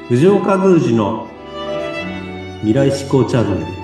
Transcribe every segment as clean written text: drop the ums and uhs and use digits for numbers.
藤岡宮司の未来志向チャンネル。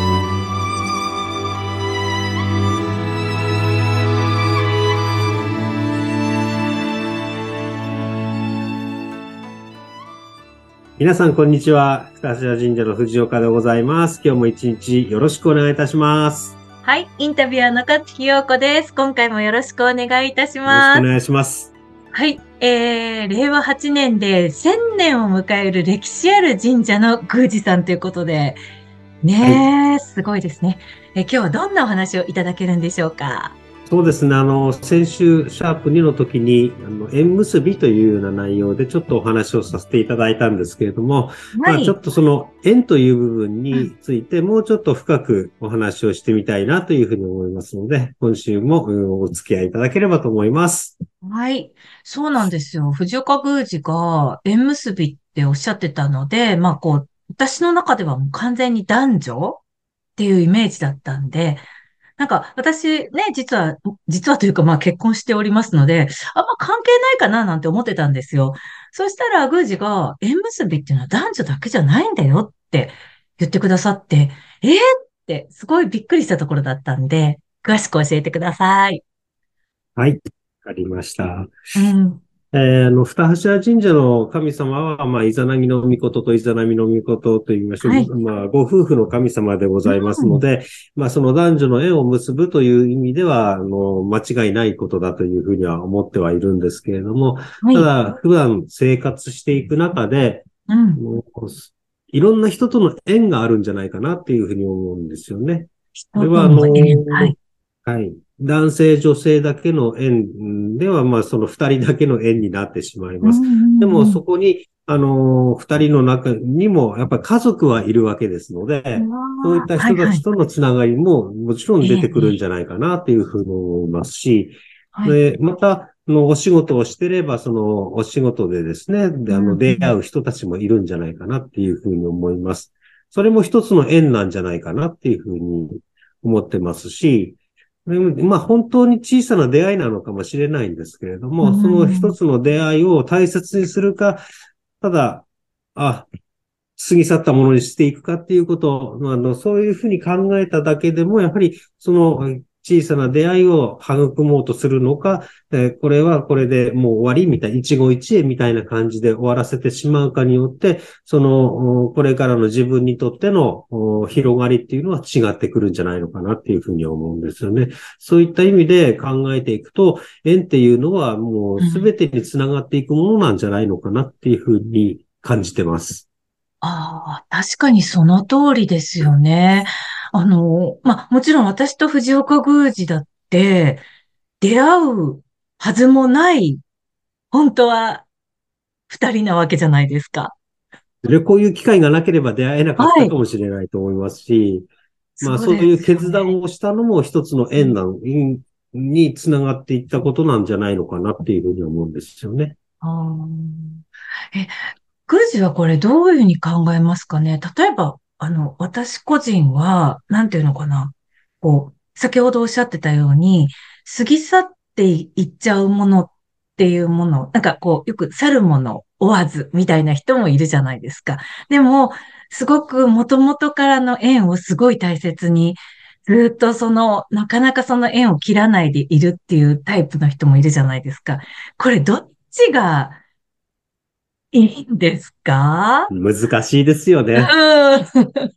皆さんこんにちは。二柱神社の藤岡でございます。今日も一日よろしくお願いいたします。 はい、インタビュアーの勝木陽子です。今回もよろしくお願いいたしよろします。 くお願いします。 はい、令和8年で1000年を迎える歴史ある神社の宮司さんということで、 はい。 ねえ、すごいですね。今日はどんなお話をいただけるんでしょうか。 そうですね。先週、シャープ2の時に、縁結びというような内容でちょっとお話をさせていただいたんですけれども、 はい。 ちょっとその縁という部分うん、 についてもうちょっと深くお話をしてみたいなというふうに思いますので、今週もお付き合いいただければと思います。 はい。そうなんですよ。藤岡宮司が縁結びっておっしゃってたので、私の中ではもう完全に男女っていうイメージだったんで、私ね、実はというか結婚しておりますので、あんま関係ないかななんて思ってたんですよ。そしたら宮司が縁結びっていうのは男女だけじゃないんだよって言ってくださって、ってすごいびっくりしたところだったんで、詳しく教えてください。 はい。わかりました。 うん。 二柱神社の神様は、イザナギの御事とイザナミの御事と言いましょう。 はい。 ご夫婦の神様でございますうん。 ので、その男女の縁を結ぶという意味では、間違いないことだというふうには思ってはいるんですけれども、 はい。 ただ、普段生活していく中で、 うん。 もういろんな人との縁があるんじゃないかなっていうふうに思うんですよね。これは、 人との縁。はい。 はい。男性、女性だけの縁では、その二人だけの縁になってしまいうんます。でも、 うんそこに、二人の中にも、やっぱり家族はいるわけですのうん。 で、そういっわあ、はいた人たはい。 ちとのつながりも、もちろんええ、 出てくるんじええ。 ゃないかなっていうふうに思いますし、 はい。 で、また、お仕事をしてれば、そのお仕事でですね、で、 うん、うん。 出会う人たちもいるんじゃないかなっていうふうに思います。それも一つの縁なんじゃないかなっていうふうに思ってますし、本当に小さな出会いなのかもしれないんですけれどうも、その一ん。 つの出会いを大切にするか、ただ、あ、過ぎ去ったものにしていくかっていうことを、そういうふうに考えただけでも、やはり、その小さな出会いを育もうとするのか、これはこれでもう終わりみたいな、一期一会みたいな感じで終わらせてしまうかによって、これからの自分にとっての広がりっていうのは違ってくるんじゃないのかなっていうふうに思うんですよね。そういった意味で考えていくと、縁っていうのはもううん。 全てにつながっていくものなんじゃないのかなっていうふうに感じてます。 ああ、確かにその通りですよね。もちろん私と藤岡宮司だって、出会うはずもない、本当は二人なわけじゃないですか。 で、こういう機会がなければ出会えなかっはい。 たかもしれないと思いますし、 そうでそういうすよね。 決断をしたのも一つのうん。 につながっていったことなんじゃないのかなっていうふうに思うんですよね。 あーえ、宮司はこれどういうふうに考えますかね。例えば、私個人は、なんていうのかな。先ほどおっしゃってたように、過ぎ去っていっちゃうものっていうもの、よく去るもの追わずみたいな人もいるじゃないですか。でも、すごく元々からの縁をすごい大切に、ずっとなかなかその縁を切らないでいるっていうタイプの人もいるじゃないですか。これどっちがいいんですか？ 難しいですようね。 ん。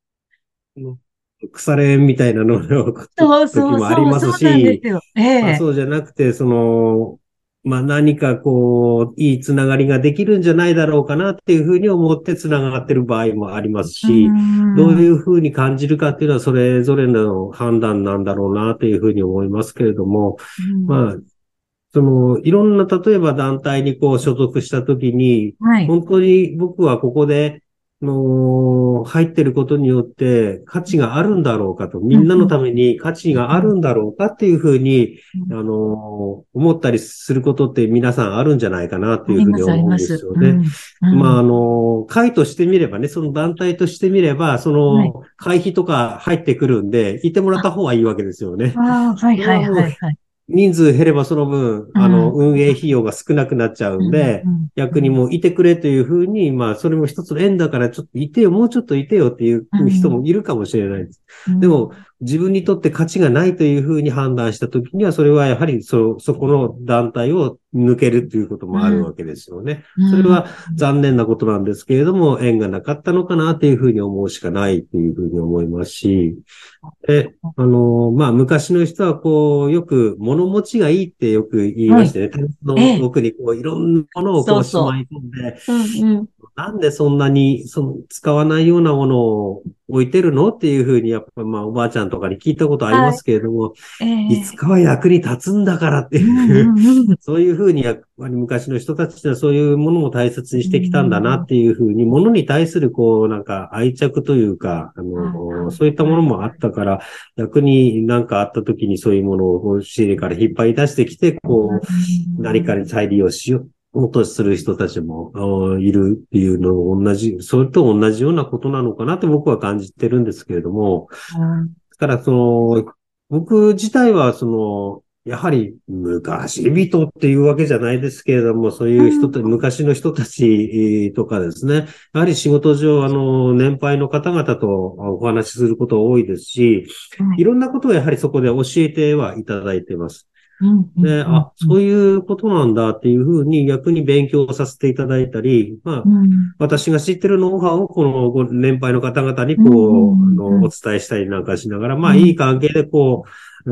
腐れ縁みたいなのをそうそうそう、 時もありますそうなんでし、 すよ。ええ。 そうじゃなくて、何かいいつながりができるんじゃないだろうかなっていうふうに思ってつながってる場合もありますうーし、どうん。 いうふうに感じるかっていうのはそれぞれの判断なんだろうなというふうに思いますけれども、 うん。 まあ、いろんな、例えば団体に所属したときに、 はい。 本当に僕はここで、入ってることによって価値があるんだろうかと、みうん、うん、 んなのために価値がうん。 あるんだろうかっていうふうに、 うん。 思ったりすることって皆さんあるんじゃないかなっていうふうあります、ありに思うんでます。 すよね。 うん。うん。 会としてみればね、その団体としてみれば、 はい。 会費とか入ってくるんで、いてもらった方がいいわけですよね。 ああ、はい、はい、 それはもうはい、はい。 人数減ればその分、 うん、 運営費用が少なくなっちゃううん、 んで、 うん、う逆にん、 もういてくれというふうに、まあ、それも一つの縁だからちょっといてよ、もうちょっといてよっていう人もいるかもしれないです。 うん、 でも、自分にとって価値がないというふうに判断したときには、それはやはりそこの団体を抜けるということもあるわけですよね。それうん、 は残念なことなんですけれども、縁がなかったのかなというふうに思うしかないというふうに思いますし、で、まあ、昔の人は、こう、よく物持ちがいいってよく言いはい。 ましてね、タンスええ、 の奥にこう、いろんなものをこう、しまそうそい込んで、 う。うん、うん。 なんでそんなに、使わないようなものを置いてるのっていうふうに、やっぱ、まあ、おばあちゃんとかに聞いたことありまはい。 すけれども、 ええ、 いつかは役に立つんだからってうん、 いう、 うん、うん。 そういうふうに、やっぱり昔の人たちはそういうものも大切にうしてきたんだなん、 っていうふうに、ものに対するこう、なんか愛着というか、 はい、 そういったもはい、 のもあったから、逆になんかあった時にそういうものをこう仕入れから引っ張り出してきて、こう、何かに再利用しようとする人たちもいるっていうのと同じ、それと同じようなことなのかなって僕は感じてるんですけれども、 うん、 だから僕自体はやはり昔人っていうわけじゃないですけれども、そういう人うん、 と、昔の人たちとかですね、やはり仕事上、年配の方々とお話しすること多いですし、いろんなことをやはりそこで教えてはいただいています。 うん、うん、 で、あ、 うん、 そういうことなんだっていうふうに逆に勉強させていただいたり、まあ、 うん、 私が知ってるノウハウをこのご年配の方々にうん、うこう、 ん、うん、 お伝えしたりなんかしながら、まあいいうん、 関係でこう、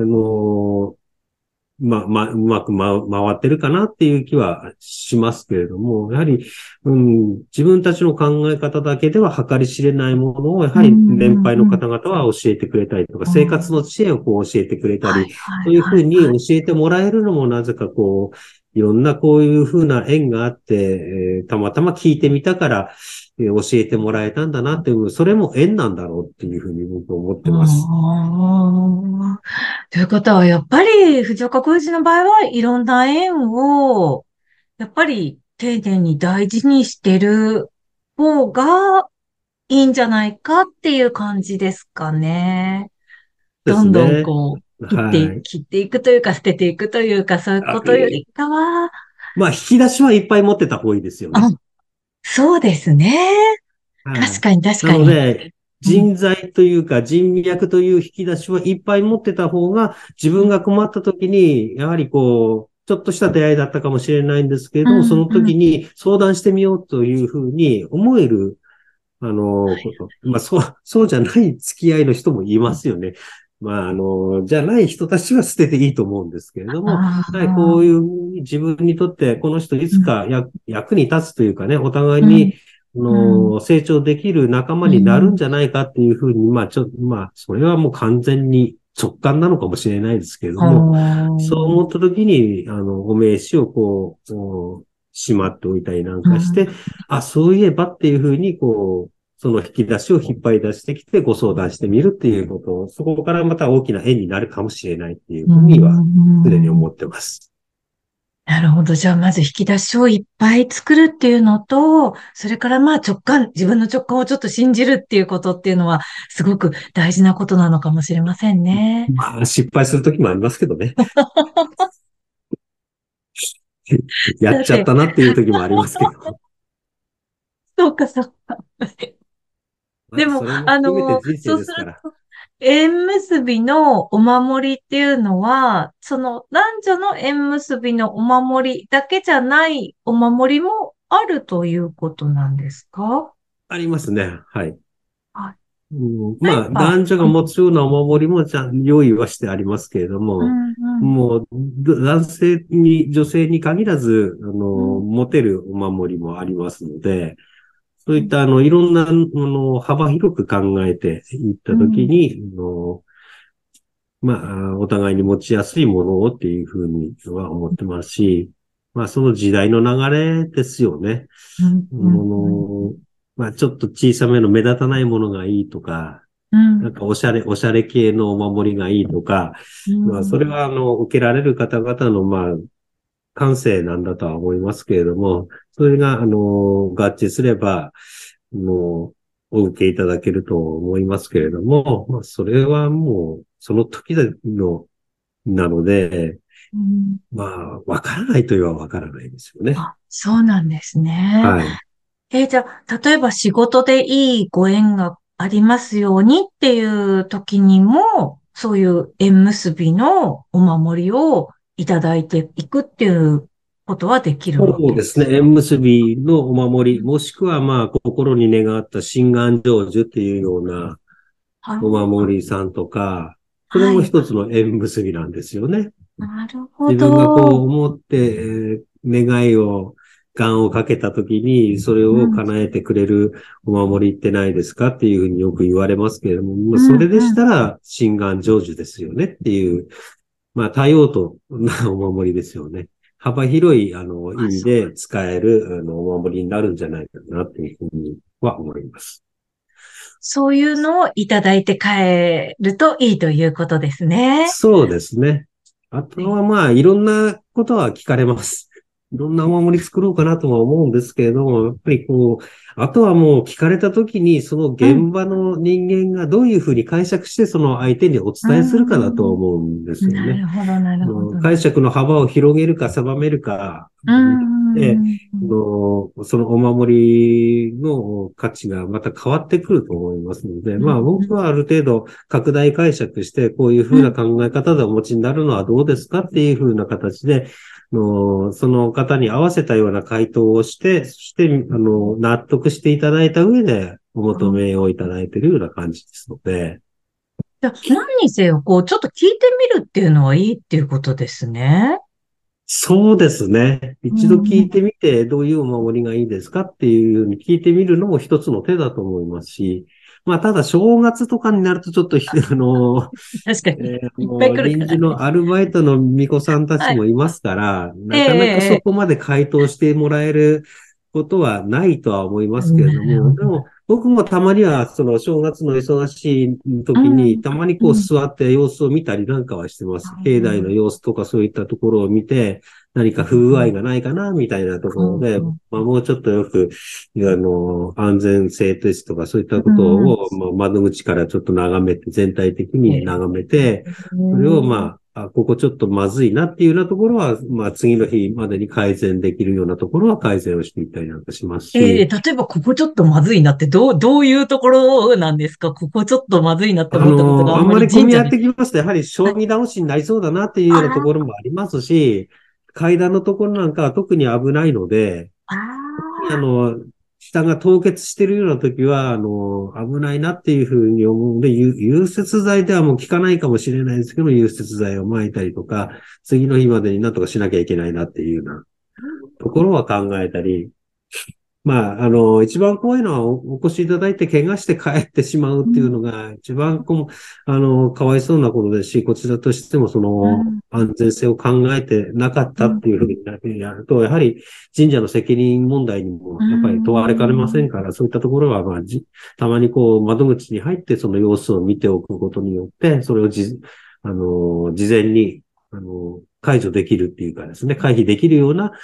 うまく回ってるかなっていう気はしますけれども、やはり、自分たちの考え方だけでは計り知れないものを、やうはり年ん、 配の方々は教えてくれたりとか、生活の知恵をこう教えてくれたり、 はい、はい、 そういうふうはい、 に教えてもらえるのもなぜかこう、いろんなこういうふうな縁があって、たまたま聞いてみたから、教えてもらえたんだなっていう、それも縁なんだろうっていうふうに僕は思ってます。 ああ。ということは、やっぱり、藤岡君治の場合はいろんな縁を、やっぱり丁寧に大事にしてる方がいいんじゃないかっていう感じですかね。 でどんどんすね。 こう、 はい。 切っていくというか、捨てていくというか、そういうあ、 ことよりかは、 まあ、引き出しはいっぱい持ってた方がいいですよあ、 ね。 そうですね。 はい。 確かに、確なかに。 ので、 うん、 人材というか人脈という引き出しはいっぱい持ってた方が、自分が困った時に、やはりこう、ちょっとした出会いだったかもしれないんですけれども、そうん、 のうん。 時に相談してみようというふうに思える、まあ、そうじゃない付き合いの人もいますよね。まあ、じゃない人たちは捨てていいと思うんですけれども、 あはい、こういあ、 うふうに自分にとって、この人いうん、 つか役に立つというかね、お互いうん、 に、 うん、 成長できる仲間うになるんん。 じゃないかっていうふうに、まあ、それはもう完全に直感なのかもしれないですけれどあも、そうあ、 思った時に、お名刺をこう、しまっておいたりなんうん。 かして、あ、そういえばっていうふうに、こう、その引き出しを引っ張り出してきてご相談してみるっていうことを、そこからまた大きな縁になるかもしれないっていううふうには、すでにん。 思ってます。 なるほど。じゃあ、まず引き出しをいっぱい作るっていうのと、それからまあ直感、自分の直感をちょっと信じるっていうことっていうのは、すごく大事なことなのかもしれませんね。 まあ、失敗する時もありますけどね。やっさて、 ちゃったなっていう時もありますけど。 そうか、そうか。 まあ、 でも、 それも含めて人生そうですから。 すると、縁結びのお守りっていうのは、その男女の縁結びのお守りだけじゃないお守りもあるということなんですか？ ありますね。はい。 はい。 まあ、 例えば、 男女が持つようなお守りもちゃん用意はしてありますけれども、 うん、うん、 もう、男性に、女性に限らず、 うん、 持てるお守りもありますので、そううん、 いった、いろんな、幅広く考えていったときうん、 に、まあ、お互いに持ちやすいものをっていうふうには思ってますし、まあ、その時代の流れですよね。 うん、 あうん、 の、まあ、ちょっと小さめの目立たないものがいいとか、 うん、 なんかおしゃれ系のお守りがいいとか、 うまあ、それん、 は受けられる方々の、まあ、感性なんだとは思いますけれども、それが、合致すれば、もう、お受けいただけると思いますけれども、まあ、それはもう、その時の、なので、 うん、 まあ、わからないといえばわからないですよね。 あ、そうなんですね。 はい。 じゃあ、例えば仕事でいいご縁がありますようにっていう時にも、そういう縁結びのお守りをいただいていくっていうことはできるわけでそうですね。 すか？ 縁結びのお守り、 うん、 もしくはまあ、心に願った心願成就っていうようなあお守あ、 りさんとか、それはい。 も一つの縁結びなんですよね。 なるほ自分がこうど。 思って、願いを、願をかけたときに、それをうん、 叶えてくれるお守りってないですかっていうふうによく言われますけれども、まあ、 うん、 それでうん。 したら、心願成就ですよねっていう、まあ、多用途なお守りですよね。幅広い、意あ、 味で使える、お守りになるんじゃないかなっていうふうには思います。 そういうのをいただいて帰るといいということですね。 そうですね。あとはい。 はまあ、いろんなことは聞かれます。いろんなお守り作ろうかなとは思うんですけれども、やっぱりこう、あとはもう聞かれた時に、そのうん、 現場の人間がどういうふうに解釈して、その相手におう伝えするかだとん。 思うんですよね。 なるほど、なるほど、なる解釈の幅を広げるか狭めるかほど。うによってん。 そのお守りの価値がまた変わってくると思いますので、 うん、 まあ僕はある程度拡大解釈して、こういうふうなうん。 考え方でお持ちになるのはどうですかっていうふうな形で、その方に合わせたような回答をして、そして、納得していただいた上でお求めをいただいているような感じですので、 じゃあ何にせよ、こう、ちょっと聞いてみるっていうのはいいっていうことですね。 そうですね。 うん、うん。 一度聞いてみて、どういうお守りがいいですかっていうふうに聞いてみるのも一つの手だと思いますし、まあ、ただ正月とかになるとちょっと確かに。いっぱい来る臨時からね。 のアルバイトの巫女さんたはい。 ちもいますから、 ええ、 なかなかええ、ええ。 そこまで回答してもらえることはないとは思いますけれなども、 るほど。 でも僕もたまにはその正月の忙しいうん、 時にたまにこううん。 座って様子を見たりなんかはしてまあす。境内の様子とかそういったところを見て、何か不具合がないかな、みたいなところで、 うん、 まあ、もうちょっとよく、安全性テストとかそういったことうん、うん。 を、まあ、窓口からちょっと眺めて、全体的ええ、 に眺めて、それをまあ、ここちょっとまずいなっていうようなところは、まあ次の日までに改善できるようなところは改善をしていったりなんかしますし、 例えばここちょっとまずいなってどういうところなんですか？ここちょっとまずいなって思ったことがああんんまりまり混み合っ神社で。 てきますと、やはりはい。 将棋倒しになりそうだなっていうようなところあもありますし、階段のところなんかは特に危ないので、 あ、あああ、 の、下が凍結しているような時は、危ないなっていうふうに思うので、融雪剤ではもう効かないかもしれないですけど、融雪剤を撒いたりとか、次の日までになんとかしなきゃいけないなっていうようなところは考えたり、まあ、一番怖いのはお越しいただいて怪我して帰ってしまうっていううん、 のが一番かわいそうなことですし、こちらとしてもそのうん、 安全性を考えてなかっうん、 たっていうふうにやると、やはり神社の責任問題にうもやっぱり問われかねませんん、 から、そういったところは、まあ、たまにこう窓口に入ってその様子を見ておくことによって、それを事前に、解除できるっていうかですね、回避できるような、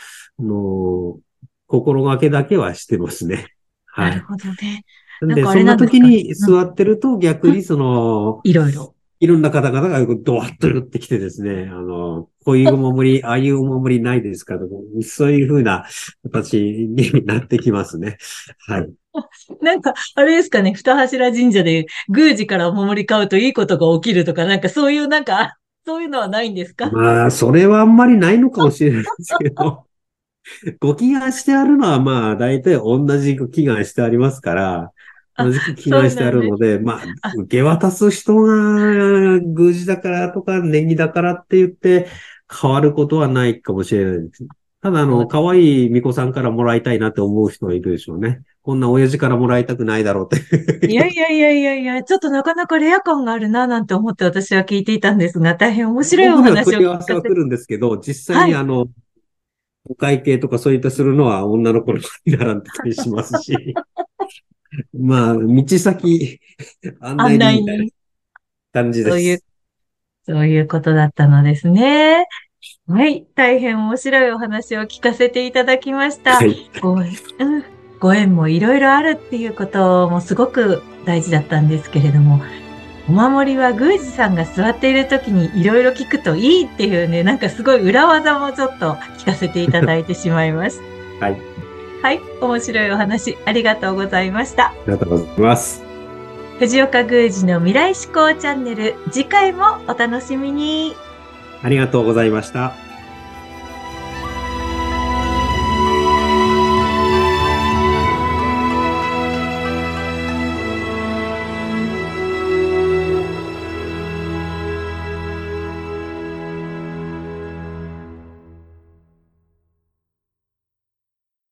心がけだけはしてますね。はい。 なるほどね。 なんで、 なんかあれそんななんですか？ 時にうん、 座ってると逆うん、 にいろいろ。 いろんな方々がドワッと寄ってきてですね、こういうお守り、ああいうお守りないですかとか、そういうふうな形になってきますね。はい。 なんか、あれですかね、二柱神社で宮司からお守り買うといいことが起きるとか、なんかそういうなんか、そういうのはないんですか？ まあ、それはあんまりないのかもしれないですけど、ご祈願してあるのはまあ、大体同じく祈願してありますから、 あ、 同じく祈そう願してあなんです。 るので、まあ、 あ、 受け渡す人が宮司だからとか、ネギだからって言って変わることはないかもしれないです。ただ、 そうです。 可愛い巫女さんからもらいたいなって思う人はいるでしょうね。こんな親父からもらいたくないだろうっていやいやいやいやいや、ちょっとなかなかレア感があるな、なんて思って私は聞いていたんですが、大変面白いお僕には問話を聞い合わせかせて。 は来るんですけど、実際はい。 にお会計とかそういったするのは女の子に並んでたりしますし、まあ、道先案案内人みたいな内に、 感じでそういう、 す。 そういうことだったのですね。はい。大変面白いお話を聞かせていただきました。 はい。 うん、ご縁もいろいろあるっていうこともすごく大事だったんですけれども、 お守りは宮司さんが座っている時にいろいろ聞くといいっていうね、なんかすごい裏技もちょっと聞かせていただいてしまいます。 はい。あはい、面白いお話ありがとうございました。 りがとうございます。 藤岡宮司の未来志向チャンネル、次回もお楽しみに。 ありがとうございました。